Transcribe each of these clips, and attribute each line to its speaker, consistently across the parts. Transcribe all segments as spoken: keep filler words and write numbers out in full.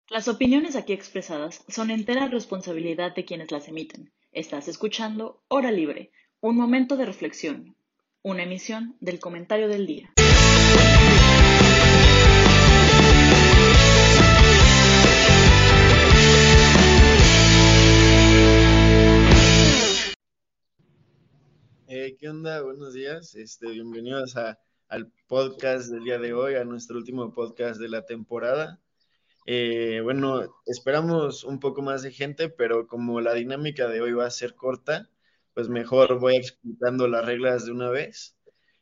Speaker 1: Las opiniones aquí expresadas son entera responsabilidad de quienes las emiten. Estás escuchando Hora Libre, un momento de reflexión, una emisión del comentario del día.
Speaker 2: Eh, ¿qué onda? Buenos días. Este, bienvenidos a, al podcast del día de hoy, a nuestro último podcast de la temporada. Eh, bueno, esperamos un poco más de gente, pero como la dinámica de hoy va a ser corta, pues mejor voy explicando las reglas de una vez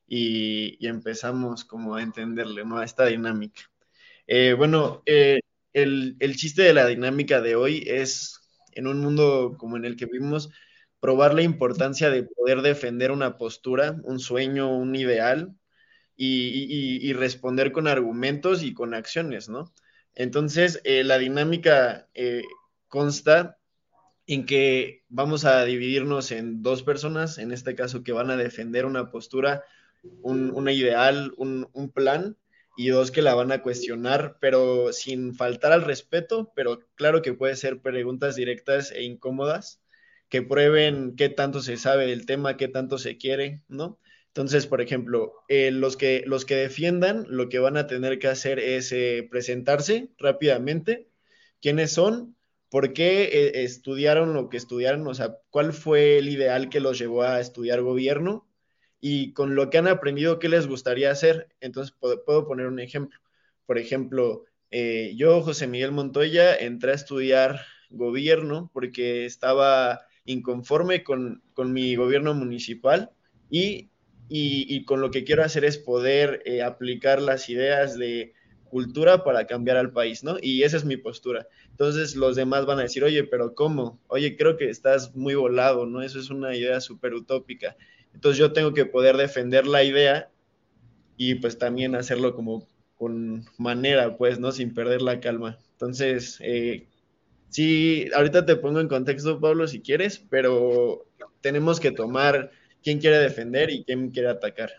Speaker 2: y, y empezamos como a entenderle, ¿no? A esta dinámica. Eh, bueno, eh, el, el chiste de la dinámica de hoy es, en un mundo como en el que vivimos, probar la importancia de poder defender una postura, un sueño, un ideal, y, y- y responder con argumentos y con acciones, ¿no? Entonces, eh, la dinámica eh, consta en que vamos a dividirnos en dos personas, en este caso que van a defender una postura, un, una ideal, un, un plan, y dos que la van a cuestionar, pero sin faltar al respeto, pero claro que puede ser preguntas directas e incómodas, que prueben qué tanto se sabe del tema, qué tanto se quiere, ¿no? Entonces, por ejemplo, eh, los, que, los que defiendan, lo que van a tener que hacer es eh, presentarse rápidamente, quiénes son, por qué eh, estudiaron lo que estudiaron, o sea, cuál fue el ideal que los llevó a estudiar gobierno, y con lo que han aprendido, ¿qué les gustaría hacer? Entonces, puedo, puedo poner un ejemplo. Por ejemplo, eh, yo, José Miguel Montoya, entré a estudiar gobierno porque estaba inconforme con, con mi gobierno municipal y, y, y, con lo que quiero hacer es poder eh, aplicar las ideas de cultura para cambiar al país, ¿no? Y esa es mi postura. Entonces los demás van a decir, oye, pero ¿cómo? Oye, creo que estás muy volado, ¿no? Eso es una idea súper utópica. Entonces yo tengo que poder defender la idea y pues también hacerlo como con manera, pues, ¿no? Sin perder la calma. Entonces, eh, sí, ahorita te pongo en contexto, Pablo, si quieres, pero tenemos que tomar quién quiere defender y quién quiere atacar.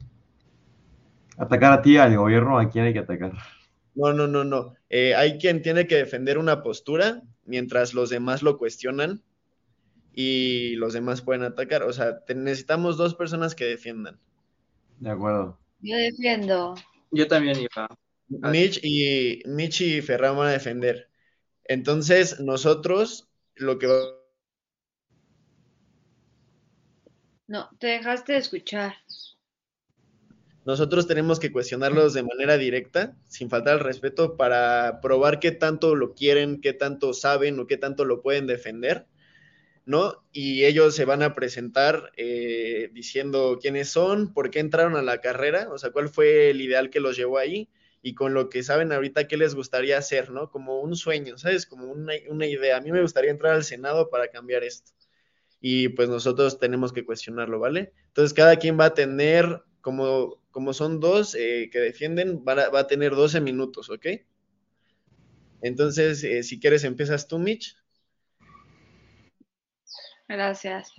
Speaker 3: Atacar a ti, al gobierno, ¿a quién hay que atacar?
Speaker 2: No, no, no, no. Eh, hay quien tiene que defender una postura mientras los demás lo cuestionan y los demás pueden atacar. O sea, te- necesitamos dos personas que defiendan.
Speaker 3: De acuerdo.
Speaker 4: Yo defiendo.
Speaker 5: Yo también iba. a-
Speaker 2: Mitch y, Mitch y Ferran van a defender. Entonces, nosotros lo que
Speaker 4: No, te dejaste de escuchar.
Speaker 2: nosotros tenemos que cuestionarlos de manera directa, sin faltar al respeto, para probar qué tanto lo quieren, qué tanto saben o qué tanto lo pueden defender, ¿no? Y ellos se van a presentar eh, diciendo quiénes son, por qué entraron a la carrera, o sea, cuál fue el ideal que los llevó ahí y con lo que saben ahorita qué les gustaría hacer, ¿no? Como un sueño, ¿sabes? Como una, una idea. A mí me gustaría entrar al Senado para cambiar esto. Y pues nosotros tenemos que cuestionarlo, ¿vale? Entonces cada quien va a tener, como, como son dos eh, que defienden, va a, va a tener doce minutos, ¿ok? Entonces, eh, si quieres, empiezas tú, Mitch.
Speaker 4: Gracias.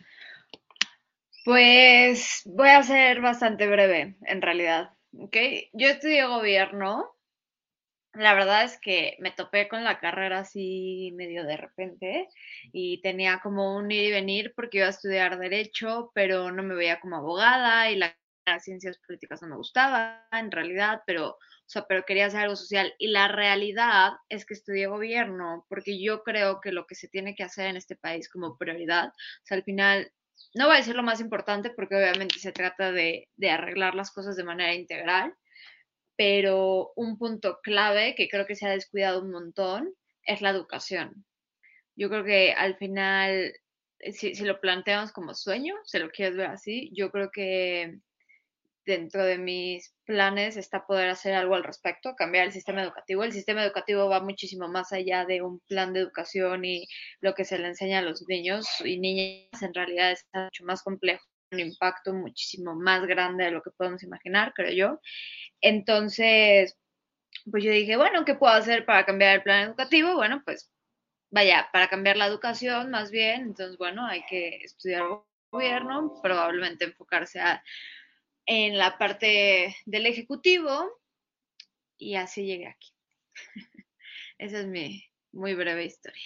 Speaker 4: Pues voy a ser bastante breve, en realidad. ¿Ok? Yo estudié gobierno. La verdad es que me topé con la carrera así medio de repente y tenía como un ir y venir porque iba a estudiar derecho, pero no me veía como abogada y la- las ciencias políticas no me gustaba en realidad, pero, o sea, pero quería hacer algo social. Y la realidad es que estudié gobierno porque yo creo que lo que se tiene que hacer en este país como prioridad, o sea, al final, no voy a decir lo más importante porque obviamente se trata de, de arreglar las cosas de manera integral, pero un punto clave que creo que se ha descuidado un montón es la educación. Yo creo que al final, eh, si, si lo planteamos como sueño, si lo quieres ver así, yo creo que dentro de mis planes está poder hacer algo al respecto, cambiar el sistema educativo. El sistema educativo va muchísimo más allá de un plan de educación y lo que se le enseña a los niños y niñas, en realidad es mucho más complejo, un impacto muchísimo más grande de lo que podemos imaginar, creo yo. Entonces, pues yo dije, bueno, ¿qué puedo hacer para cambiar el plan educativo? Bueno, pues vaya, para cambiar la educación más bien, entonces, bueno, hay que estudiar gobierno, probablemente enfocarse a, en la parte del ejecutivo y así llegué aquí. Esa es mi muy breve historia.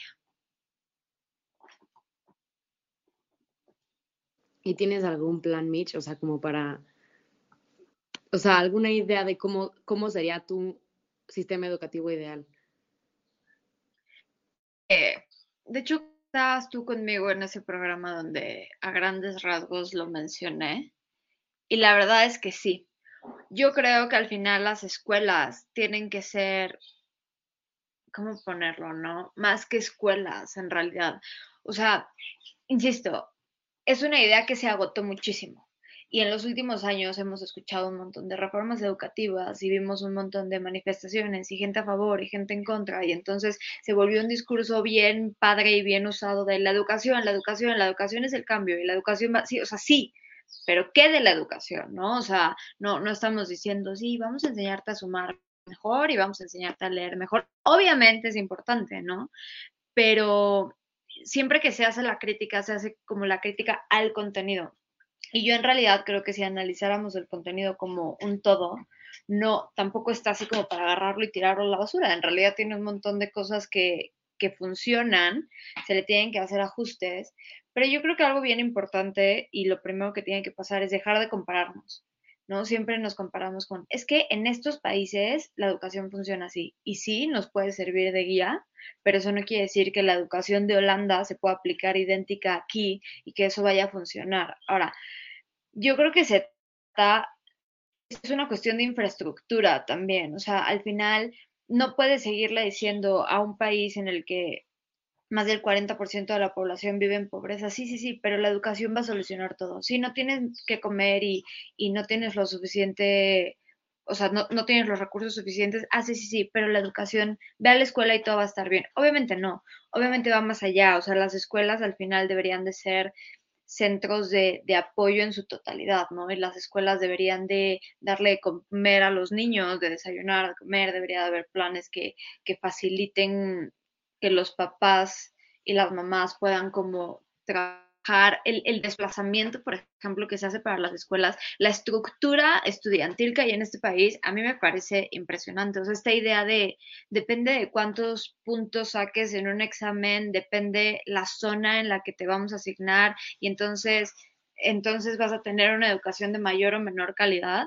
Speaker 6: ¿Y tienes algún plan, Mitch? O sea, como para, o sea, alguna idea de cómo, cómo sería tu sistema educativo ideal.
Speaker 4: Eh, de hecho, estabas tú conmigo en ese programa donde a grandes rasgos lo mencioné. Y la verdad es que sí. Yo creo que al final las escuelas tienen que ser, ¿cómo ponerlo, no? Más que escuelas, en realidad. O sea, insisto, es una idea que se agotó muchísimo. Y en los últimos años hemos escuchado un montón de reformas educativas y vimos un montón de manifestaciones y gente a favor y gente en contra. Y entonces se volvió un discurso bien padre y bien usado de la educación, la educación, la educación es el cambio y la educación va, sí, o sea, sí, pero ¿qué de la educación, no? O sea, no, no estamos diciendo, sí, vamos a enseñarte a sumar mejor y vamos a enseñarte a leer mejor. Obviamente es importante, ¿no? Pero siempre que se hace la crítica, se hace como la crítica al contenido. Y yo en realidad creo que si analizáramos el contenido como un todo, no, tampoco está así como para agarrarlo y tirarlo a la basura. En realidad tiene un montón de cosas que, que funcionan, se le tienen que hacer ajustes, pero yo creo que algo bien importante y lo primero que tiene que pasar es dejar de compararnos. ¿No? Siempre nos comparamos con, es que en estos países la educación funciona así, y sí, nos puede servir de guía, pero eso no quiere decir que la educación de Holanda se pueda aplicar idéntica aquí y que eso vaya a funcionar. Ahora, yo creo que se trata, es una cuestión de infraestructura también, o sea, al final no puedes seguirle diciendo a un país en el que más del cuarenta por ciento de la población vive en pobreza, sí, sí, sí, pero la educación va a solucionar todo. Si no tienes que comer y, y no tienes lo suficiente, o sea, no, no tienes los recursos suficientes, ah, sí, sí, sí, pero la educación, ve a la escuela y todo va a estar bien. Obviamente no, obviamente va más allá, o sea, las escuelas al final deberían de ser centros de, de, apoyo en su totalidad, ¿no? Y las escuelas deberían de darle de comer a los niños, de desayunar, de comer, debería de haber planes que, que faciliten que los papás y las mamás puedan como trabajar el, el desplazamiento, por ejemplo, que se hace para las escuelas, la estructura estudiantil que hay en este país, a mí me parece impresionante. O sea, esta idea de, depende de cuántos puntos saques en un examen, depende la zona en la que te vamos a asignar y entonces, entonces vas a tener una educación de mayor o menor calidad.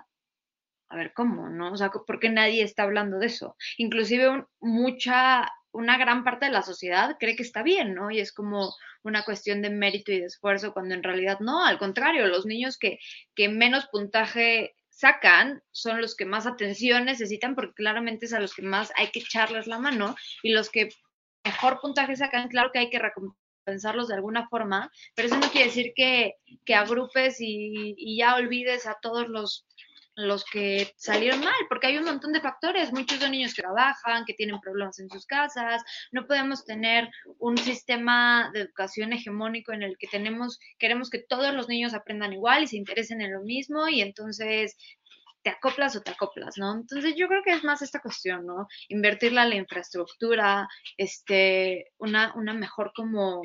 Speaker 4: A ver, ¿cómo? ¿No? O sea, ¿por qué nadie está hablando de eso? Inclusive un, mucha, una gran parte de la sociedad cree que está bien, ¿no? Y es como una cuestión de mérito y de esfuerzo, cuando en realidad no, al contrario, los niños que, que menos puntaje sacan son los que más atención necesitan, porque claramente es a los que más hay que echarles la mano, y los que mejor puntaje sacan, claro que hay que recompensarlos de alguna forma, pero eso no quiere decir que, que agrupes y, y ya olvides a todos los los que salieron mal, porque hay un montón de factores, muchos son niños que trabajan, que tienen problemas en sus casas, no podemos tener un sistema de educación hegemónico en el que tenemos, queremos que todos los niños aprendan igual y se interesen en lo mismo y entonces te acoplas o te acoplas, ¿no? Entonces yo creo que es más esta cuestión, ¿no? Invertirla en la infraestructura, este, una, una mejor como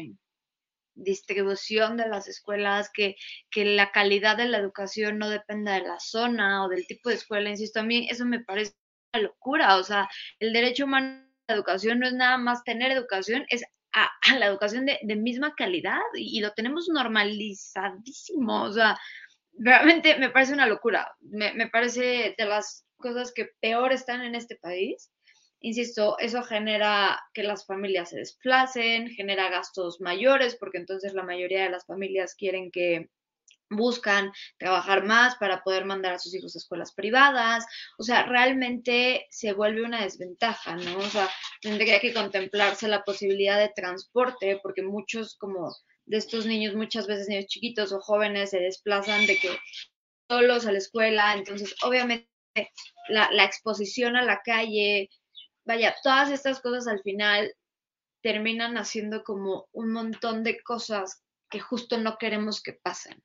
Speaker 4: distribución de las escuelas, que, que la calidad de la educación no dependa de la zona o del tipo de escuela, insisto, a mí eso me parece una locura, o sea, el derecho humano a la educación no es nada más tener educación, es a, a la educación de, de, misma calidad y, y lo tenemos normalizadísimo, o sea, realmente me parece una locura, me, me parece de las cosas que peor están en este país. Insisto, eso genera que las familias se desplacen, genera gastos mayores, porque entonces la mayoría de las familias quieren que buscan trabajar más para poder mandar a sus hijos a escuelas privadas, o sea, realmente se vuelve una desventaja, ¿no? O sea, tendría que contemplarse la posibilidad de transporte, porque muchos como de estos niños, muchas veces niños chiquitos o jóvenes se desplazan de que solos a la escuela, entonces obviamente la, la exposición a la calle, vaya, todas estas cosas al final terminan haciendo como un montón de cosas que justo no queremos que pasen.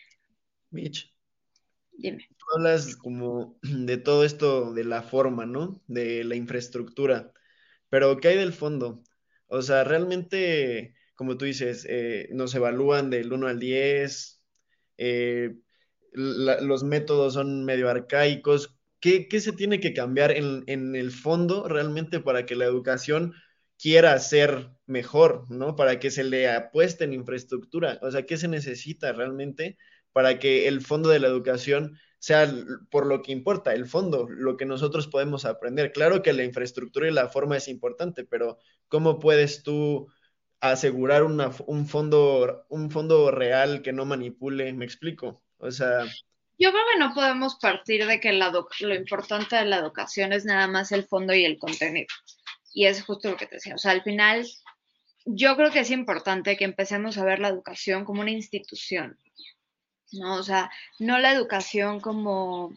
Speaker 2: Mitch,
Speaker 4: Dime.
Speaker 2: tú hablas como de todo esto de la forma, ¿no? De la infraestructura, pero ¿qué hay del fondo? O sea, realmente, como tú dices, eh, nos evalúan del uno al diez, eh, la- los métodos son medio arcaicos. ¿qué, qué se tiene que cambiar en, en el fondo realmente para que la educación quiera ser mejor, ¿no? Para que se le apueste en infraestructura. O sea, ¿qué se necesita realmente para que el fondo de la educación sea l- por lo que importa, el fondo, lo que nosotros podemos aprender? Claro que la infraestructura y la forma es importante, pero ¿cómo puedes tú asegurar una f- un fondo, un fondo real que no manipule? ¿Me explico? O sea,
Speaker 4: Yo creo que no podemos partir de que la edu- lo importante de la educación es nada más el fondo y el contenido. Y es justo lo que te decía. O sea, al final, yo creo que es importante que empecemos a ver la educación como una institución, ¿no? O sea, no la educación como,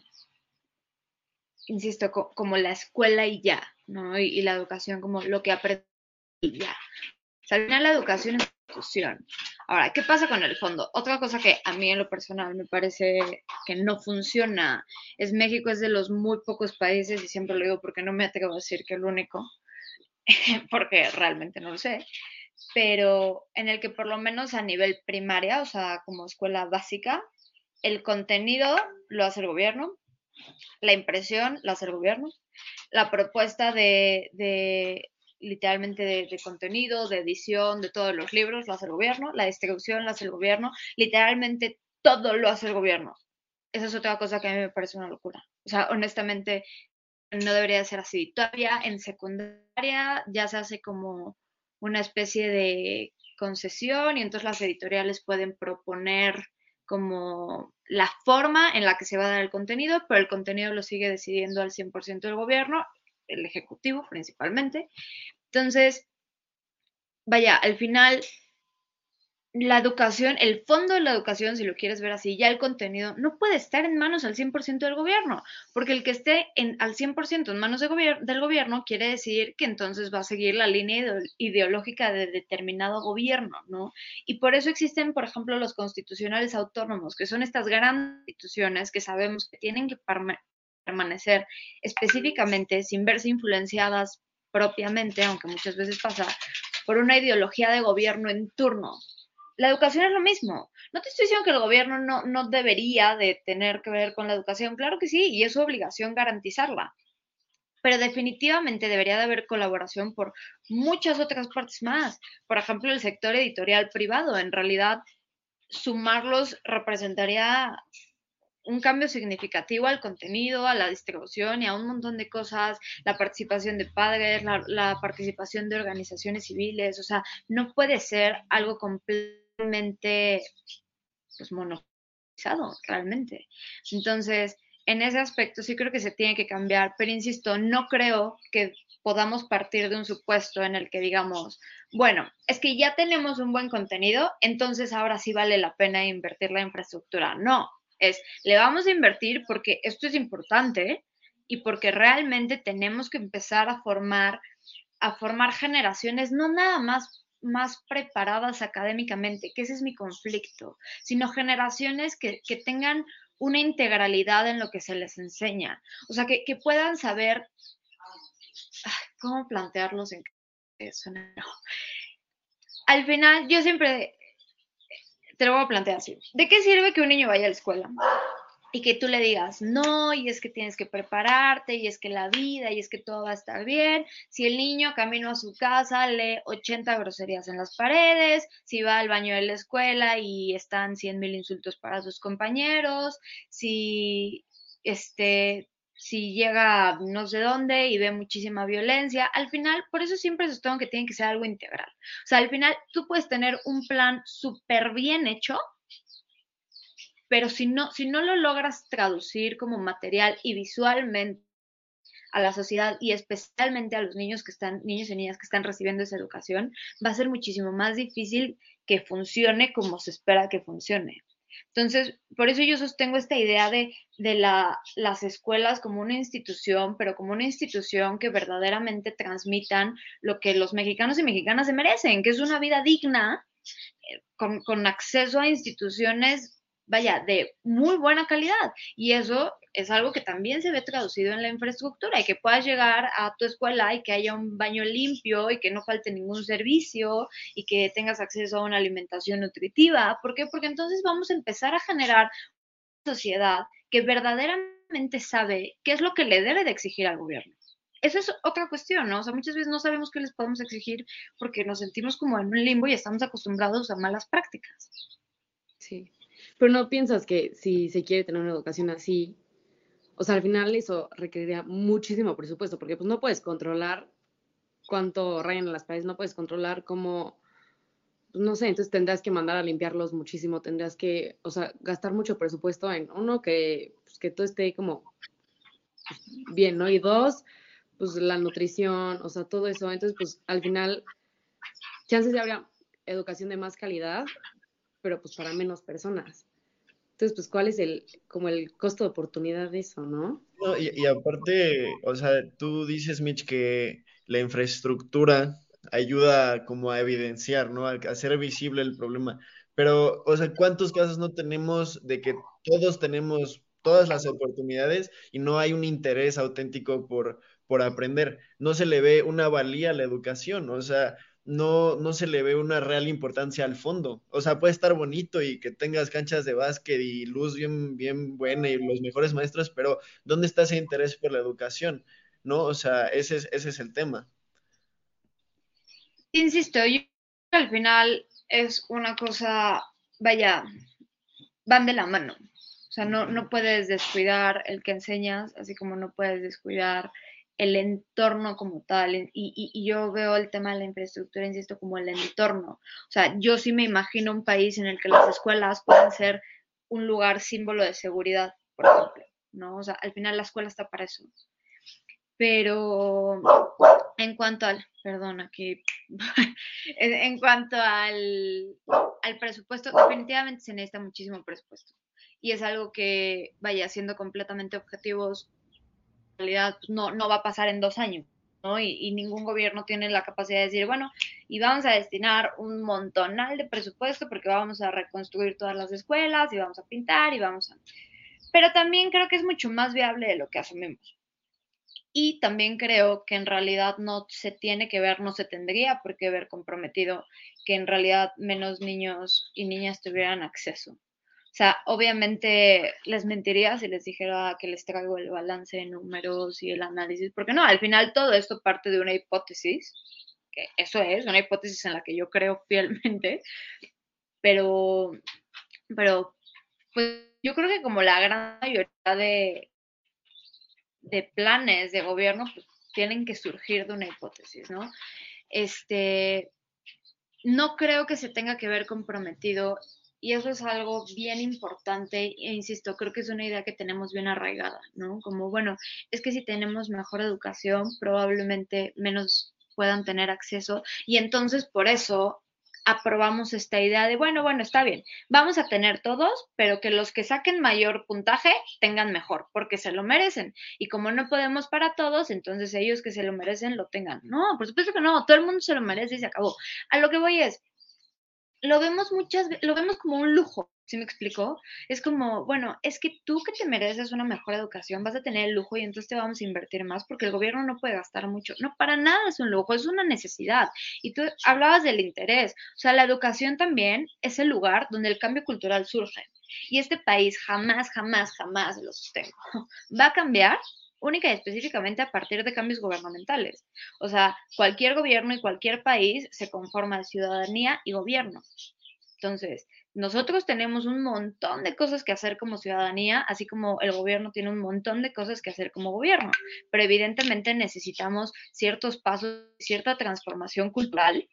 Speaker 4: insisto, co- como la escuela y ya, ¿no? Y, y la educación como lo que aprendí y ya. O sea, al final la educación es una institución. Ahora, ¿qué pasa con el fondo? Otra cosa que a mí en lo personal me parece que no funciona es México es de los muy pocos países, y siempre lo digo porque no me atrevo a decir que el único, porque realmente no lo sé, pero en el que por lo menos a nivel primaria, o sea, como escuela básica, el contenido lo hace el gobierno, la impresión la hace el gobierno, la propuesta de, de literalmente de, de, contenido, de edición, de todos los libros, lo hace el gobierno, la distribución lo hace el gobierno, literalmente todo lo hace el gobierno. Esa es otra cosa que a mí me parece una locura. O sea, honestamente, no debería ser así. Todavía en secundaria ya se hace como una especie de concesión y entonces las editoriales pueden proponer como la forma en la que se va a dar el contenido, pero el contenido lo sigue decidiendo al cien por ciento el gobierno, el ejecutivo principalmente. Entonces, vaya, al final la educación, el fondo de la educación, si lo quieres ver así, ya el contenido, no puede estar en manos al cien por ciento del gobierno, porque el que esté en, al cien por ciento en manos de gobier del gobierno quiere decir que entonces va a seguir la línea ideológica de determinado gobierno, ¿no? Y por eso existen, por ejemplo, los constitucionales autónomos, que son estas grandes instituciones que sabemos que tienen que permanecer específicamente sin verse influenciadas propiamente, aunque muchas veces pasa, por una ideología de gobierno en turno. La educación es lo mismo. No te estoy diciendo que el gobierno no, no debería de tener que ver con la educación, claro que sí, y es su obligación garantizarla. Pero definitivamente debería de haber colaboración por muchas otras partes más. Por ejemplo, el sector editorial privado. En realidad, sumarlos representaría un cambio significativo al contenido, a la distribución y a un montón de cosas, la participación de padres, la, la participación de organizaciones civiles, o sea, no puede ser algo completamente pues monopolizado realmente. Entonces, en ese aspecto sí creo que se tiene que cambiar, pero insisto, no creo que podamos partir de un supuesto en el que digamos, bueno, es que ya tenemos un buen contenido, entonces ahora sí vale la pena invertir la infraestructura. No, es, le vamos a invertir porque esto es importante y porque realmente tenemos que empezar a formar, a formar generaciones, no nada más más preparadas académicamente, que ese es mi conflicto, sino generaciones que, que tengan una integralidad en lo que se les enseña. O sea, que, que puedan saber cómo plantearlos en que eso no. Al final, yo siempre te lo voy a plantear así. ¿De qué sirve que un niño vaya a la escuela? Y que tú le digas, no, y es que tienes que prepararte, y es que la vida, y es que todo va a estar bien. Si el niño camino a su casa lee ochenta groserías en las paredes, si va al baño de la escuela y están cien mil insultos para sus compañeros, si, este, si llega no sé dónde y ve muchísima violencia, al final, por eso siempre sostengo que tiene que ser algo integral. O sea, al final tú puedes tener un plan súper bien hecho, pero si no, si no lo logras traducir como material y visualmente a la sociedad y especialmente a los niños que están, niños y niñas que están recibiendo esa educación, va a ser muchísimo más difícil que funcione como se espera que funcione. Entonces, por eso yo sostengo esta idea de, de la, las escuelas como una institución, pero como una institución que verdaderamente transmitan lo que los mexicanos y mexicanas se merecen, que es una vida digna, eh, con, con acceso a instituciones vaya, de muy buena calidad. Y eso es algo que también se ve traducido en la infraestructura y que puedas llegar a tu escuela y que haya un baño limpio y que no falte ningún servicio y que tengas acceso a una alimentación nutritiva. ¿Por qué? Porque entonces vamos a empezar a generar una sociedad que verdaderamente realmente sabe qué es lo que le debe de exigir al gobierno. Eso es otra cuestión, ¿no? O sea, muchas veces no sabemos qué les podemos exigir porque nos sentimos como en un limbo y estamos acostumbrados a malas prácticas.
Speaker 6: Sí. Pero no piensas que si se quiere tener una educación así, o sea, al final eso requeriría muchísimo presupuesto, porque pues no puedes controlar cuánto rayan en las paredes, no puedes controlar cómo, pues, no sé, entonces tendrás que mandar a limpiarlos muchísimo, tendrás que, o sea, gastar mucho presupuesto en uno, que, pues, que todo esté como pues, bien, ¿no? Y dos, pues la nutrición, o sea, todo eso. Entonces, pues al final, chances ya habría educación de más calidad, pero pues para menos personas. Entonces, pues, ¿cuál es el, como el costo de oportunidad de eso, no?
Speaker 2: No, y, y aparte, o sea, tú dices, Mitch, que la infraestructura ayuda como a evidenciar, ¿no? A hacer visible el problema. Pero, o sea, ¿cuántos casos no tenemos de que todos tenemos todas las oportunidades y no hay un interés auténtico por, por aprender? No se le ve una valía a la educación, o sea, no, no se le ve una real importancia al fondo. O sea, puede estar bonito y que tengas canchas de básquet y luz bien, bien buena y los mejores maestros, pero ¿dónde está ese interés por la educación? ¿No? O sea, ese es, ese es el tema.
Speaker 4: Insisto, yo al final es una cosa, vaya, van de la mano. O sea, no, no puedes descuidar el que enseñas, así como no puedes descuidar el entorno como tal. Y, y, y yo veo el tema de la infraestructura, insisto, como el entorno. O sea, yo sí me imagino un país en el que las escuelas puedan ser un lugar símbolo de seguridad, por ejemplo, ¿no? O sea, al final la escuela está para eso. Pero en cuanto al, perdón, aquí, en cuanto al, al presupuesto, definitivamente se necesita muchísimo presupuesto. Y es algo que, vaya, siendo completamente objetivos, en realidad pues, no, no va a pasar en dos años, ¿no? Y, y ningún gobierno tiene la capacidad de decir, bueno, y vamos a destinar un montonal de presupuesto porque vamos a reconstruir todas las escuelas y vamos a pintar y vamos a... Pero también creo que es mucho más viable de lo que asumimos. Y también creo que en realidad no se tiene que ver, no se tendría por qué ver comprometido que en realidad menos niños y niñas tuvieran acceso. O sea, obviamente les mentiría si les dijera que les traigo el balance de números y el análisis, porque no, al final todo esto parte de una hipótesis, que eso es, una hipótesis en la que yo creo fielmente, pero, pero pues yo creo que como la gran mayoría de, de planes de gobierno, pues tienen que surgir de una hipótesis, ¿no? Este, no creo que se tenga que ver comprometido y eso es algo bien importante e insisto, creo que es una idea que tenemos bien arraigada, ¿no? Como, bueno, es que si tenemos mejor educación, probablemente menos puedan tener acceso y entonces por eso aprobamos esta idea de, bueno, bueno, está bien, vamos a tener todos, pero que los que saquen mayor puntaje tengan mejor, porque se lo merecen. Y como no podemos para todos, entonces ellos que se lo merecen lo tengan. No, por supuesto que no, todo el mundo se lo merece y se acabó. A lo que voy es, lo vemos muchas veces, lo vemos como un lujo, ¿sí me explicó? Es como, bueno, es que tú que te mereces una mejor educación vas a tener el lujo y entonces te vamos a invertir más porque el gobierno no puede gastar mucho. No, para nada es un lujo, es una necesidad. Y tú hablabas del interés, o sea, la educación también es el lugar donde el cambio cultural surge. Y este país jamás, jamás, jamás, lo sostengo, va a cambiar única y específicamente a partir de cambios gubernamentales. O sea, cualquier gobierno y cualquier país se conforma de ciudadanía y gobierno. Entonces, nosotros tenemos un montón de cosas que hacer como ciudadanía, así como el gobierno tiene un montón de cosas que hacer como gobierno, pero evidentemente necesitamos ciertos pasos, cierta transformación cultural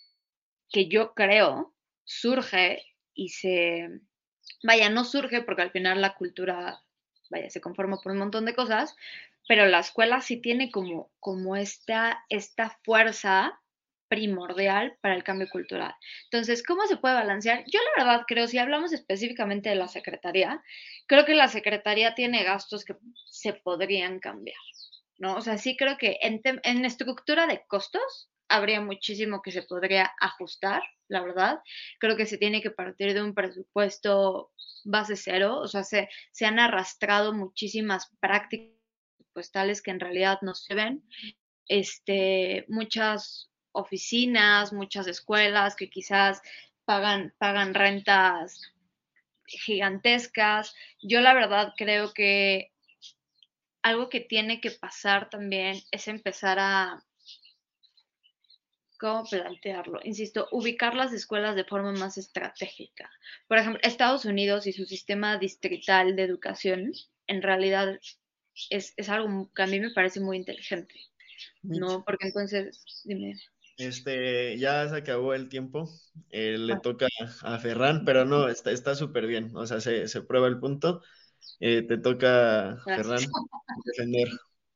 Speaker 4: que yo creo surge y se, vaya, no surge porque al final la cultura, vaya, se conforma por un montón de cosas, pero la escuela sí tiene como, como esta, esta fuerza primordial para el cambio cultural. Entonces, ¿cómo se puede balancear? Yo la verdad creo, si hablamos específicamente de la Secretaría, creo que la Secretaría tiene gastos que se podrían cambiar, ¿no? O sea, sí creo que en, en estructura de costos habría muchísimo que se podría ajustar, la verdad. Creo que se tiene que partir de un presupuesto base cero, o sea, se, se han arrastrado muchísimas prácticas presupuestales que en realidad no se ven. Este, muchas oficinas, muchas escuelas que quizás pagan, pagan rentas gigantescas. Yo la verdad creo que algo que tiene que pasar también es empezar a, ¿cómo plantearlo? Insisto, ubicar las escuelas de forma más estratégica. Por ejemplo, Estados Unidos y su sistema distrital de educación, en realidad es, es algo que a mí me parece muy inteligente,
Speaker 2: Mitch,
Speaker 4: ¿no? Porque entonces, dime.
Speaker 2: este, ya se acabó el tiempo, eh, le
Speaker 4: Ah,
Speaker 2: toca a Ferran, pero no, está está súper bien, o sea, se, se prueba el punto. Eh, te toca,
Speaker 4: gracias.
Speaker 2: Ferran, defender.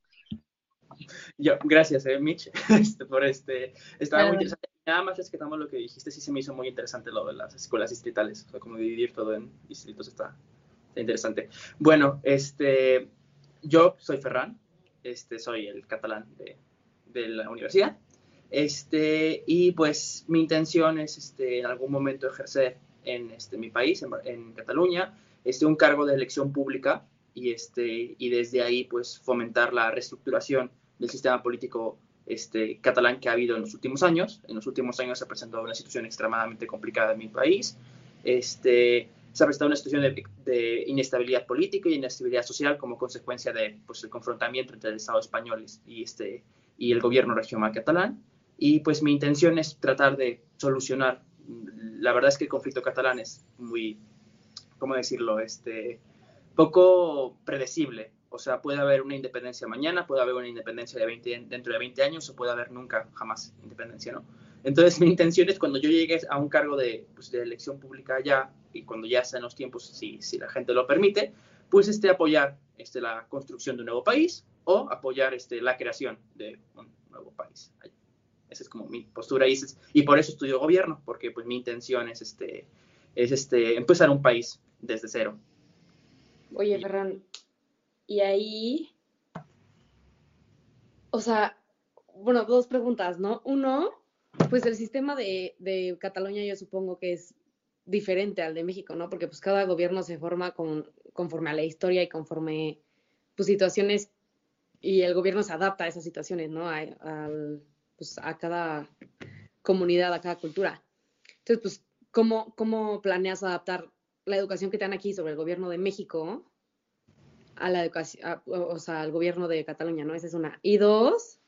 Speaker 5: Yo, gracias, eh, Mitch, este, por este, estaba muy
Speaker 4: Perdón.
Speaker 5: interesante. Nada más rescatando lo que dijiste, sí se me hizo muy interesante lo de las escuelas distritales, o sea, como dividir todo en distritos está, está interesante. Bueno, este, yo soy Ferran, este, soy el catalán de, de la universidad, este, y pues mi intención es, este, en algún momento ejercer en, este, mi país, en, en Cataluña, este, un cargo de elección pública y, este, y desde ahí, pues, fomentar la reestructuración del sistema político este, catalán que ha habido en los últimos años. En los últimos años se ha presentado una situación extremadamente complicada en mi país. Este, se ha presentado una situación de, de inestabilidad política y inestabilidad social como consecuencia de pues, el confrontamiento entre el Estado español y, este, y el gobierno regional catalán. Y pues mi intención es tratar de solucionar. La verdad es que el conflicto catalán es muy, ¿cómo decirlo? Este, poco predecible. O sea, puede haber una independencia mañana, puede haber una independencia de veinte, dentro de veinte años, o puede haber nunca, jamás independencia, ¿no? Entonces, mi intención es cuando yo llegue a un cargo de, pues, de elección pública allá, y cuando ya sean los tiempos, si, si la gente lo permite, pues este, apoyar este, la construcción de un nuevo país o apoyar este, la creación de un nuevo país. Esa es como mi postura y, es, y por eso estudio gobierno, porque pues mi intención es, este, es este, empezar un país desde cero.
Speaker 6: Oye,
Speaker 5: Y,
Speaker 6: Ferran, y ahí, o sea, bueno, dos preguntas, ¿no? Uno, pues el sistema de, de Cataluña yo supongo que es diferente al de México, ¿no? Porque pues cada gobierno se forma con, conforme a la historia y conforme pues situaciones y el gobierno se adapta a esas situaciones, ¿no? A, a, pues, a cada comunidad, a cada cultura. Entonces, pues, ¿cómo, cómo planeas adaptar la educación que te dan aquí sobre el gobierno de México a la educación, o sea, al gobierno de Cataluña, ¿no? Esa es una. Y dos,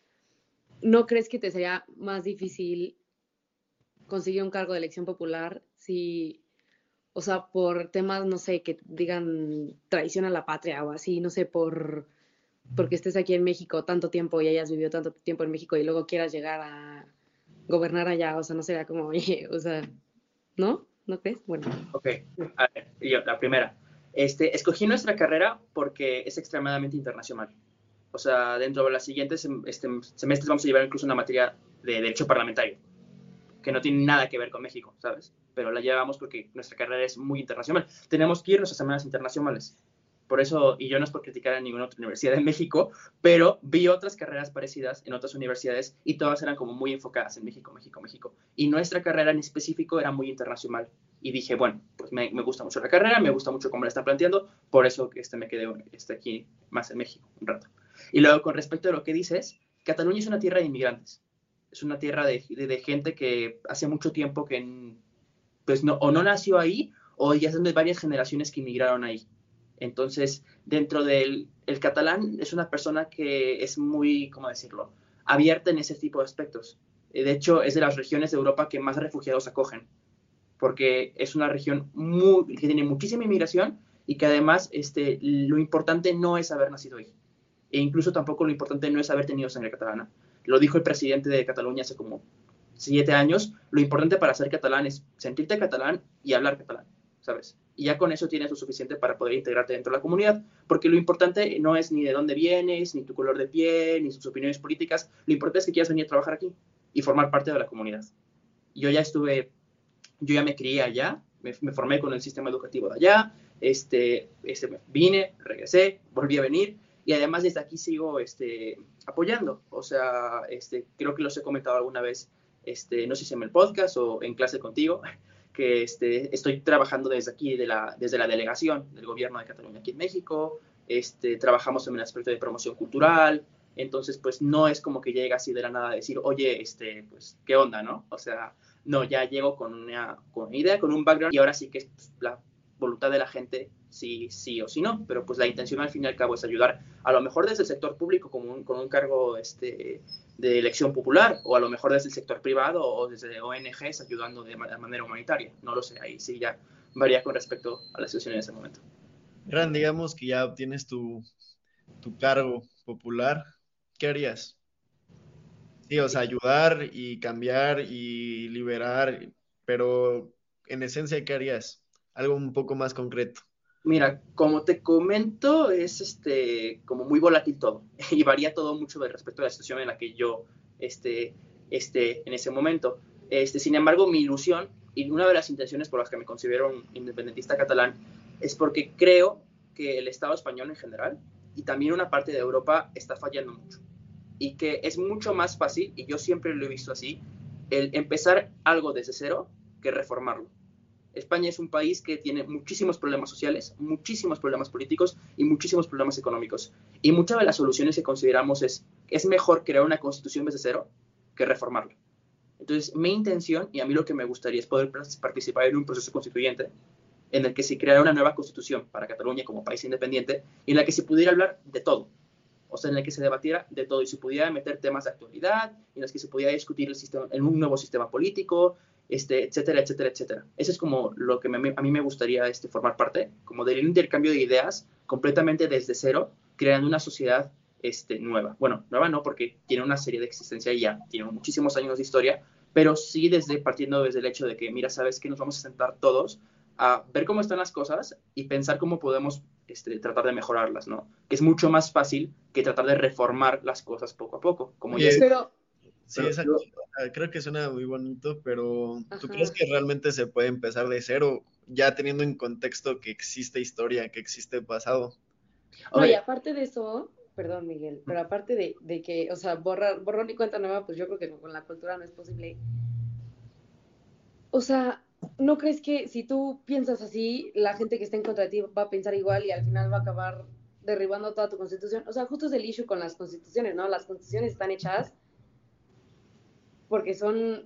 Speaker 6: ¿no crees que te sería más difícil conseguir un cargo de elección popular si, o sea, por temas, no sé, que digan traición a la patria o así, no sé, por porque estés aquí en México tanto tiempo y hayas vivido tanto tiempo en México y luego quieras llegar a gobernar allá, o sea, no sería como, oye, o sea, ¿no? ¿No crees? Bueno.
Speaker 5: ok, a ver, yo, la primera. Este, escogí nuestra carrera porque es extremadamente internacional. O sea, dentro de las siguientes este, semestres vamos a llevar incluso una materia de derecho parlamentario, que no tiene nada que ver con México, ¿sabes? Pero la llevamos porque nuestra carrera es muy internacional. Tenemos que irnos a semanas internacionales. Por eso, y yo no es por criticar a ninguna otra universidad en México, pero vi otras carreras parecidas en otras universidades y todas eran como muy enfocadas en México, México, México. Y nuestra carrera en específico era muy internacional. Y dije, bueno, pues me, me gusta mucho la carrera, me gusta mucho cómo la están planteando, por eso este, me quedé este, aquí más en México un rato. Y luego, con respecto a lo que dices, Cataluña es una tierra de inmigrantes. Es una tierra de, de, de gente que hace mucho tiempo que pues no, o no nació ahí o ya son de varias generaciones que inmigraron ahí. Entonces, dentro del el catalán es una persona que es muy, ¿cómo decirlo?, abierta en ese tipo de aspectos. De hecho, es de las regiones de Europa que más refugiados acogen, porque es una región muy, que tiene muchísima inmigración y que además este, lo importante no es haber nacido ahí. E incluso tampoco lo importante no es haber tenido sangre catalana. Lo dijo el presidente de Cataluña hace como siete años. Lo importante para ser catalán es sentirte catalán y hablar catalán, ¿sabes? Y ya con eso tienes lo suficiente para poder integrarte dentro de la comunidad, porque lo importante no es ni de dónde vienes, ni tu color de piel, ni tus opiniones políticas. Lo importante es que quieras venir a trabajar aquí y formar parte de la comunidad. Yo ya estuve, yo ya me crié allá, me, me formé con el sistema educativo de allá, este, este, vine, regresé, volví a venir, y además desde aquí sigo este, apoyando. O sea, este, creo que los he comentado alguna vez, este, no sé si en el podcast o en clase contigo, que este, estoy trabajando desde aquí, de la, desde la delegación del gobierno de Cataluña aquí en México. Este, trabajamos en un aspecto de promoción cultural. Entonces, pues no es como que llega así de la nada a decir, oye, este, pues, ¿qué onda, no? O sea, no, ya llego con una, con una idea, con un background, y ahora sí que es pues, la voluntad de la gente si sí o si no, pero pues la intención al fin y al cabo es ayudar, a lo mejor desde el sector público como un, con un cargo este, de elección popular, o a lo mejor desde el sector privado o desde O N Ges ayudando de manera humanitaria, no lo sé, ahí sí ya varía con respecto a la situación en ese momento.
Speaker 2: Gran, digamos que ya obtienes tu, tu cargo popular, ¿qué harías? Sí, o sea, ayudar y cambiar y liberar, pero en esencia, ¿qué harías? Algo un poco más concreto.
Speaker 5: Mira, como te comento, es este, como muy volátil todo y varía todo mucho respecto a la situación en la que yo esté, esté en ese momento. Este, sin embargo, mi ilusión y una de las intenciones por las que me considero un independentista catalán es porque creo que el Estado español en general y también una parte de Europa está fallando mucho y que es mucho más fácil, y yo siempre lo he visto así, el empezar algo desde cero que reformarlo. España es un país que tiene muchísimos problemas sociales, muchísimos problemas políticos y muchísimos problemas económicos. Y muchas de las soluciones que consideramos es, es mejor crear una constitución desde cero que reformarla. Entonces, mi intención, y a mí lo que me gustaría es poder participar en un proceso constituyente en el que se creara una nueva constitución para Cataluña como país independiente y en la que se pudiera hablar de todo. O sea, en el que se debatiera de todo y se pudiera meter temas de actualidad, en los que se pudiera discutir el sistema, en un nuevo sistema político, este, etcétera, etcétera, etcétera. Eso es como lo que me, a mí me gustaría este, formar parte, como del intercambio de ideas completamente desde cero, creando una sociedad este, nueva. Bueno, nueva no, porque tiene una serie de existencia y ya tiene muchísimos años de historia, pero sí desde, partiendo desde el hecho de que, mira, ¿sabes qué? Nos vamos a sentar todos a ver cómo están las cosas y pensar cómo podemos este, tratar de mejorarlas, ¿no? Que es mucho más fácil que tratar de reformar las cosas poco a poco. Como
Speaker 2: Oye,
Speaker 5: ya es,
Speaker 6: Pero,
Speaker 2: sí,
Speaker 5: pero
Speaker 2: exacto.
Speaker 5: yo-
Speaker 2: Creo que suena muy bonito, pero ¿tú crees
Speaker 6: ajá.
Speaker 2: que realmente se puede empezar de cero, ya teniendo en contexto que existe historia, que existe pasado?
Speaker 6: No, y
Speaker 5: Oye,
Speaker 6: aparte de eso, perdón, Miguel, pero aparte de, de que, o sea, borrar, borrón y cuenta nueva, pues yo creo que con la cultura no es posible. O sea, ¿no crees que si tú piensas así, la gente que está en contra de ti va a pensar igual y al final va a acabar derribando toda tu constitución? O sea, justo es el issue con las constituciones, ¿no? Las constituciones están hechas porque son,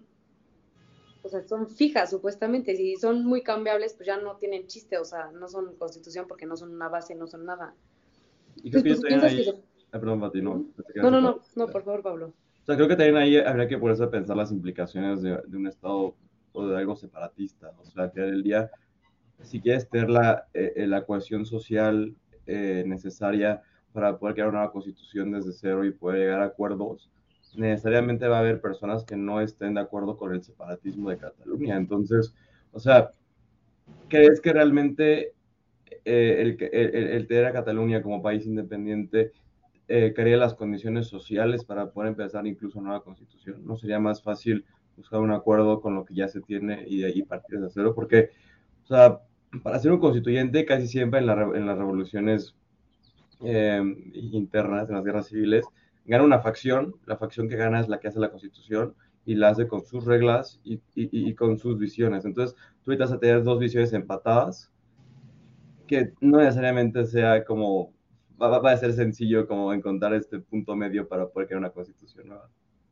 Speaker 6: o sea, son fijas supuestamente. Si son muy cambiables, pues ya no tienen chiste, o sea, no son constitución porque no son una base, no son nada.
Speaker 3: Y creo
Speaker 6: Entonces,
Speaker 3: que
Speaker 6: pues
Speaker 3: yo
Speaker 6: si
Speaker 3: también
Speaker 6: piensas
Speaker 3: ahí,
Speaker 6: que se...
Speaker 3: ah, perdón, Pati, no,
Speaker 6: ¿Mm?
Speaker 3: te quedas
Speaker 6: No, no,
Speaker 3: atrás.
Speaker 6: no, no, por favor, Pablo.
Speaker 3: O sea, creo que también ahí habría que ponerse a pensar las implicaciones de, de un Estado o de algo separatista. O sea, al final del día, si quieres tener la, eh, la cohesión social eh, necesaria para poder crear una nueva constitución desde cero y poder llegar a acuerdos, necesariamente va a haber personas que no estén de acuerdo con el separatismo de Cataluña. Entonces, o sea, ¿crees que realmente eh, el, el, el, tener a Cataluña como país independiente eh, crea las condiciones sociales para poder empezar incluso una nueva constitución? ¿No sería más fácil buscar un acuerdo con lo que ya se tiene y de ahí partir de cero? Porque, o sea, para ser un constituyente casi siempre en, la, en las revoluciones eh, internas, en las guerras civiles, gana una facción, la facción que gana es la que hace la constitución y la hace con sus reglas y, y, y con sus visiones. Entonces, tú ahorita vas a tener dos visiones empatadas que no necesariamente sea como, va, va a ser sencillo como encontrar este punto medio para poder crear una constitución nueva.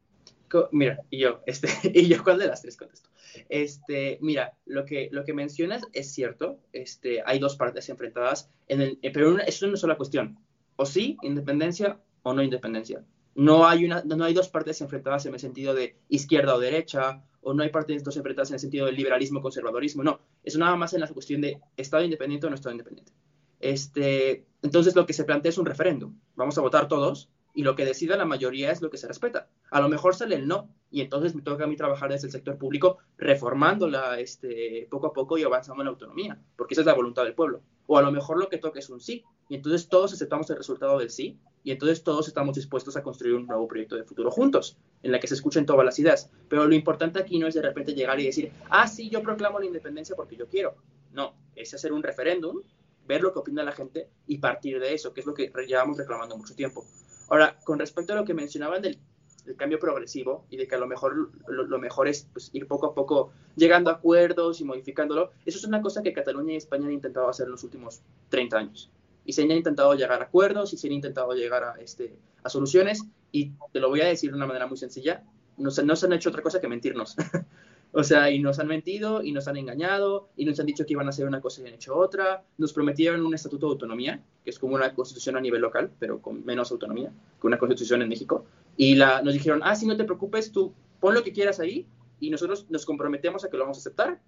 Speaker 5: Mira, y yo, este, y yo, ¿cuál de las tres contesto? Este, mira, lo que, lo que mencionas es cierto, este, hay dos partes enfrentadas, en el, pero una, es una sola cuestión, o sí, independencia o no independencia. No hay, una, no hay dos partes enfrentadas en el sentido de izquierda o derecha, o no hay partes dos enfrentadas en el sentido del liberalismo o conservadorismo, no, es nada más en la cuestión de Estado independiente o no Estado independiente. Este, entonces lo que se plantea es un referéndum, vamos a votar todos, y lo que decida la mayoría es lo que se respeta. A lo mejor sale el no, y entonces me toca a mí trabajar desde el sector público reformándola este, poco a poco y avanzando en la autonomía, porque esa es la voluntad del pueblo. O a lo mejor lo que toca es un sí, y entonces todos aceptamos el resultado del sí, y entonces todos estamos dispuestos a construir un nuevo proyecto de futuro juntos, en la que se escuchen todas las ideas. Pero lo importante aquí no es de repente llegar y decir, ah, sí, yo proclamo la independencia porque yo quiero. No, es hacer un referéndum, ver lo que opina la gente y partir de eso, que es lo que llevamos reclamando mucho tiempo. Ahora, con respecto a lo que mencionaban del, del cambio progresivo y de que a lo mejor lo, lo mejor es pues, ir poco a poco llegando a acuerdos y modificándolo, eso es una cosa que Cataluña y España han intentado hacer en los últimos treinta años. Y se han intentado llegar a acuerdos y se han intentado llegar a, este, a soluciones, y te lo voy a decir de una manera muy sencilla, no se, no se han hecho otra cosa que mentirnos. O sea, y nos han mentido, y nos han engañado, y nos han dicho que iban a hacer una cosa y han hecho otra. Nos prometieron un estatuto de autonomía, que es como una constitución a nivel local, pero con menos autonomía que una constitución en México. Y la, nos dijeron, ah, sí, no te preocupes, tú pon lo que quieras ahí, y nosotros nos comprometemos a que lo vamos a aceptar.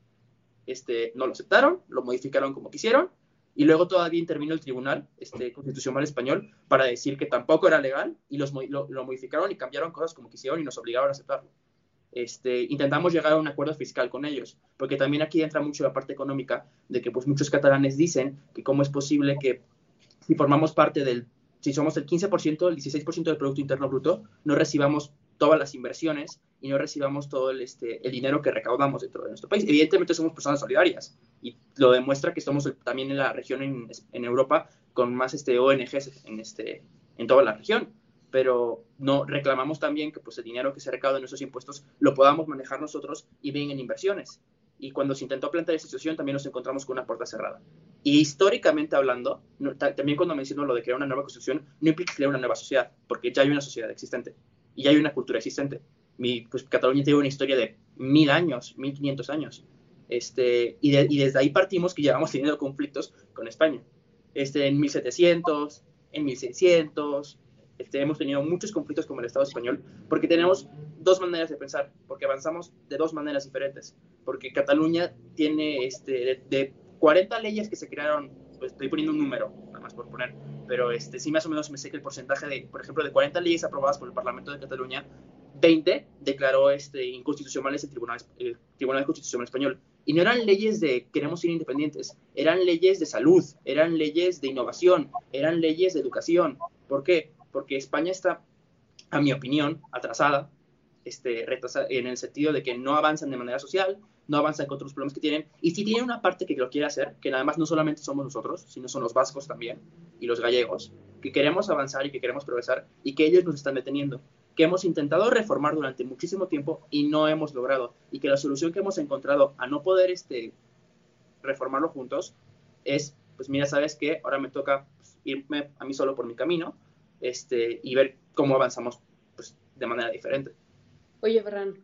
Speaker 5: Este, no lo aceptaron, lo modificaron como quisieron, y luego todavía intervino el Tribunal este, Constitucional Español para decir que tampoco era legal, y los, lo, lo modificaron y cambiaron cosas como quisieron y nos obligaron a aceptarlo. Este, intentamos llegar a un acuerdo fiscal con ellos, porque también aquí entra mucho la parte económica de que pues muchos catalanes dicen que cómo es posible que si formamos parte del, si somos el quince por ciento, el dieciséis por ciento del Producto Interno Bruto, no recibamos todas las inversiones y no recibamos todo el, este, el dinero que recaudamos dentro de nuestro país. Evidentemente somos personas solidarias y lo demuestra que estamos también en la región en, en Europa con más este, O N Ges en, este, en toda la región. Pero no reclamamos también que pues, el dinero que se recauda en nuestros impuestos lo podamos manejar nosotros y bien en inversiones. Y cuando se intentó plantear esta situación, también nos encontramos con una puerta cerrada. Y históricamente hablando, no, también cuando menciono lo de crear una nueva constitución, no implica crear una nueva sociedad, porque ya hay una sociedad existente y ya hay una cultura existente. Mi, pues, Cataluña tiene una historia de mil años, mil quinientos años. Este, y, de, y desde ahí partimos que llevamos teniendo conflictos con España. Este, en mil setecientos, en mil seiscientos... Este, hemos tenido muchos conflictos con el Estado español porque tenemos dos maneras de pensar, porque avanzamos de dos maneras diferentes, porque Cataluña tiene este, de, de cuarenta leyes que se crearon, pues estoy poniendo un número, nada más por poner, pero este, sí más o menos me sé que el porcentaje de, por ejemplo, de cuarenta leyes aprobadas por el Parlamento de Cataluña, veinte declaró este, inconstitucionales el Tribunal, el Tribunal Constitucional Español. Y no eran leyes de queremos ser independientes, eran leyes de salud, eran leyes de innovación, eran leyes de educación. ¿Por qué? Porque España está, a mi opinión, atrasada, este, retrasada en el sentido de que no avanzan de manera social, no avanzan con otros problemas que tienen, y si tienen una parte que lo quiere hacer, que además no solamente somos nosotros, sino son los vascos también, y los gallegos, que queremos avanzar y que queremos progresar, y que ellos nos están deteniendo, que hemos intentado reformar durante muchísimo tiempo y no hemos logrado, y que la solución que hemos encontrado a no poder este, reformarlo juntos es, pues mira, ¿sabes qué? Ahora me toca pues, irme a mí solo por mi camino, Este, y ver cómo avanzamos pues, de manera diferente.
Speaker 6: Oye, Ferran,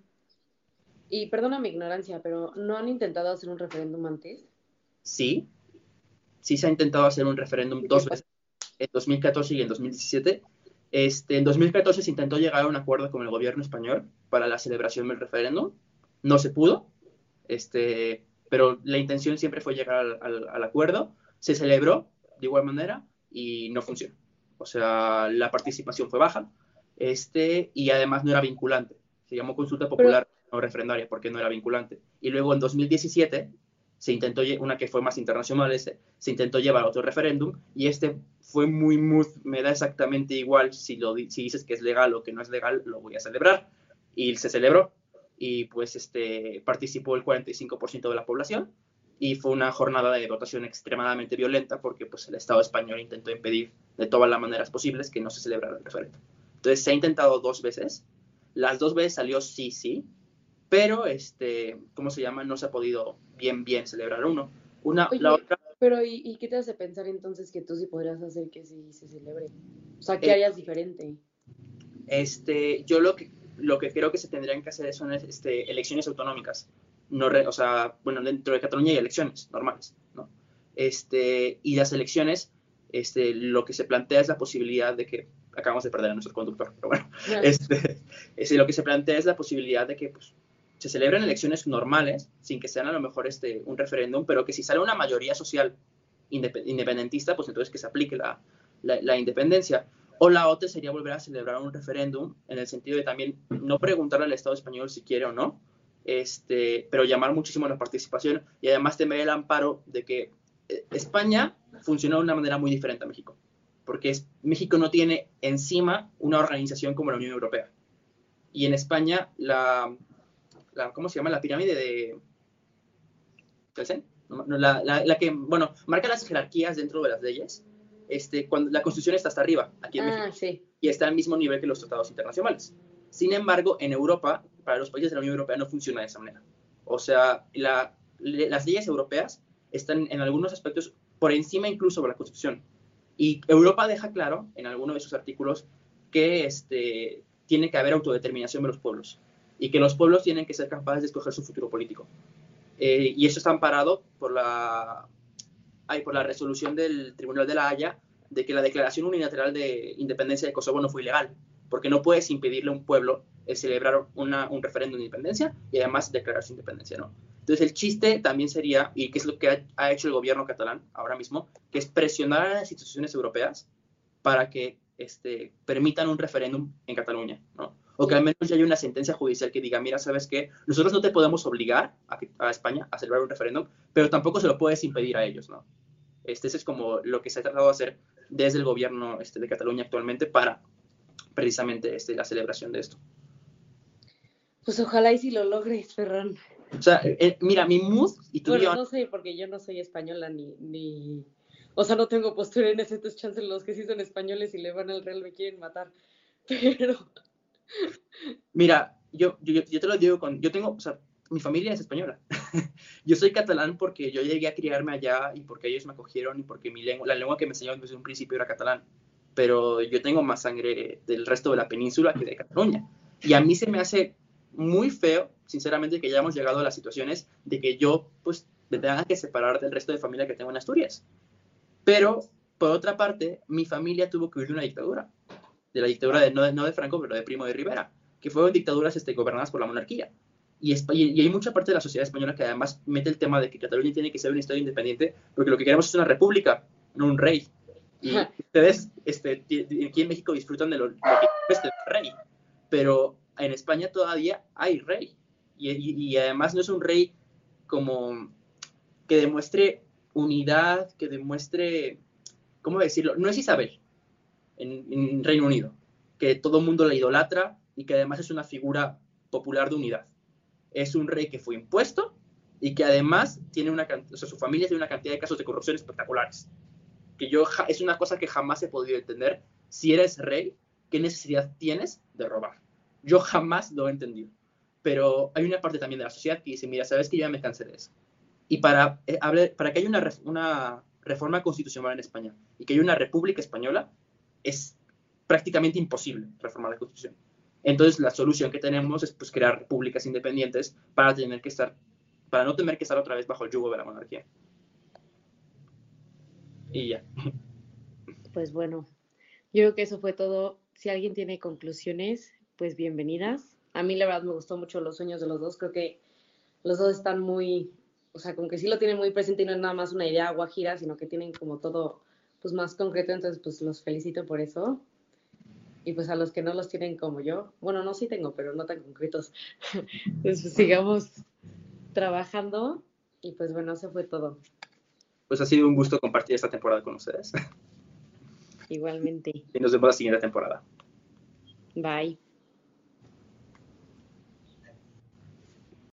Speaker 6: y perdona mi ignorancia, pero ¿no han intentado hacer un referéndum antes?
Speaker 5: Sí, sí se ha intentado hacer un referéndum dos veces, en dos mil catorce y en dos mil diecisiete. Este, en dos mil catorce se intentó llegar a un acuerdo con el gobierno español para la celebración del referéndum. No se pudo, este, pero la intención siempre fue llegar al, al, al acuerdo. Se celebró de igual manera y no funcionó. O sea, la participación fue baja, este, y además no era vinculante. Se llamó consulta popular, pero, no referendaria, porque no era vinculante. Y luego en dos mil diecisiete se intentó, una que fue más internacional, se, se intentó llevar otro referéndum, y este fue muy, muy, me da exactamente igual si, lo, si dices que es legal o que no es legal, lo voy a celebrar. Y se celebró, y pues este, participó el cuarenta y cinco por ciento de la población, y fue una jornada de votación extremadamente violenta porque pues, el Estado español intentó impedir de todas las maneras posibles que no se celebrara el referéndum. Entonces se ha intentado dos veces, las dos veces salió sí, sí, pero, este, ¿cómo se llama? No se ha podido bien, bien celebrar uno. Una,
Speaker 6: Oye,
Speaker 5: la otra...
Speaker 6: pero ¿y, ¿y qué te hace pensar entonces que tú sí podrías hacer que sí se celebre? O sea, ¿qué
Speaker 5: eh,
Speaker 6: harías diferente?
Speaker 5: Este, yo lo que, lo que creo que se tendrían que hacer son este, elecciones autonómicas. No re, o sea, bueno, dentro de Cataluña hay elecciones normales, ¿no? Este, y las elecciones, este, lo que se plantea es la posibilidad de que, acabamos de perder a nuestro conductor, pero bueno, yeah. este, este, lo que se plantea es la posibilidad de que pues, se celebren elecciones normales, sin que sean a lo mejor este, un referéndum, pero que si sale una mayoría social independentista, pues entonces que se aplique la, la, la independencia. O la otra sería volver a celebrar un referéndum, en el sentido de también no preguntarle al Estado español si quiere o no, este, pero llamar muchísimo a la participación y además tener el amparo de que España funciona de una manera muy diferente a México, porque es, México no tiene encima una organización como la Unión Europea. Y en España, la, la ¿cómo se llama? La pirámide de... ¿Qué no, no, la, la, la que, bueno, marca las jerarquías dentro de las leyes. Este, cuando la Constitución está hasta arriba, aquí en
Speaker 6: ah,
Speaker 5: México,
Speaker 6: sí.
Speaker 5: y está al mismo nivel que los tratados internacionales. Sin embargo, en Europa, para los países de la Unión Europea no funciona de esa manera. O sea, la, le, las leyes europeas están en algunos aspectos por encima incluso de la Constitución. Y Europa deja claro, en alguno de sus artículos, que este, tiene que haber autodeterminación de los pueblos. y que los pueblos tienen que ser capaces de escoger su futuro político. Eh, y eso está amparado por la, ay, por la resolución del Tribunal de la Haya de que la declaración unilateral de independencia de Kosovo no fue ilegal, porque no puedes impedirle a un pueblo el celebrar una, un referéndum de independencia y además declarar su independencia, ¿no? Entonces el chiste también sería, y que es lo que ha, ha hecho el gobierno catalán ahora mismo, que es presionar a las instituciones europeas para que este, permitan un referéndum en Cataluña, ¿no? O que al menos ya haya una sentencia judicial que diga, mira, ¿sabes qué? Nosotros no te podemos obligar a, a España a celebrar un referéndum, pero tampoco se lo puedes impedir a ellos, ¿no? Este, ese es como lo que se ha tratado de hacer desde el gobierno este, de Cataluña actualmente para precisamente este, la celebración de esto.
Speaker 6: Pues ojalá y si lo logres, Ferran.
Speaker 5: O sea, eh, mira, mi mood y tu
Speaker 6: Bueno,
Speaker 5: guión...
Speaker 6: no sé, porque yo no soy española ni, ni... O sea, no tengo postura en ese, entonces chance los que sí son españoles y le van al Real me quieren matar. Pero...
Speaker 5: Mira, yo, yo, yo te lo digo con... Yo tengo... O sea, mi familia es española. Yo soy catalán porque yo llegué a criarme allá y porque ellos me acogieron y porque mi lengua, la lengua que me enseñaron desde un principio era catalán. Pero yo tengo más sangre del resto de la península que de Cataluña. Y a mí se me hace muy feo, sinceramente, que hayamos llegado a las situaciones de que yo, pues, me tenga que separar del resto de familia que tengo en Asturias. Pero, por otra parte, mi familia tuvo que huir de una dictadura. De la dictadura, de, no, de, no de Franco, pero de Primo de Rivera, que fueron dictaduras este, gobernadas por la monarquía. Y, y hay mucha parte de la sociedad española que además mete el tema de que Cataluña tiene que ser un estado independiente, porque lo que queremos es una república, no un rey. Y ustedes este, aquí en México disfrutan de lo, lo que es el rey, pero en España todavía hay rey. Y, y, y además no es un rey como que demuestre unidad, que demuestre, ¿cómo decirlo? No es Isabel en, en Reino Unido, que todo el mundo la idolatra y que además es una figura popular de unidad. Es un rey que fue impuesto y que además tiene una, o sea, su familia tiene una cantidad de casos de corrupción espectaculares. Que yo, es una cosa que jamás he podido entender. Si eres rey, ¿qué necesidad tienes de robar? Yo jamás lo he entendido. Pero hay una parte también de la sociedad que dice, mira, sabes que yo ya me cansé de eso. Y para, eh, para que haya una, una reforma constitucional en España y que haya una república española, es prácticamente imposible reformar la Constitución. Entonces la solución que tenemos es pues, crear repúblicas independientes para, tener que estar, para no tener que estar otra vez bajo el yugo de la monarquía. Y ya.
Speaker 6: Pues bueno, yo creo que eso fue todo. Si alguien tiene conclusiones, pues bienvenidas. A mí la verdad me gustó mucho los sueños de los dos. Creo que los dos están muy, o sea, como que sí lo tienen muy presente y no es nada más una idea guajira, sino que tienen como todo pues más concreto. Entonces pues los felicito por eso. Y pues a los que no los tienen como yo, bueno, no, sí tengo, pero no tan concretos. Entonces pues, sigamos trabajando y pues bueno, eso fue todo.
Speaker 5: Pues ha sido un gusto compartir esta temporada con ustedes.
Speaker 6: Igualmente.
Speaker 5: Y nos vemos la siguiente temporada.
Speaker 6: Bye.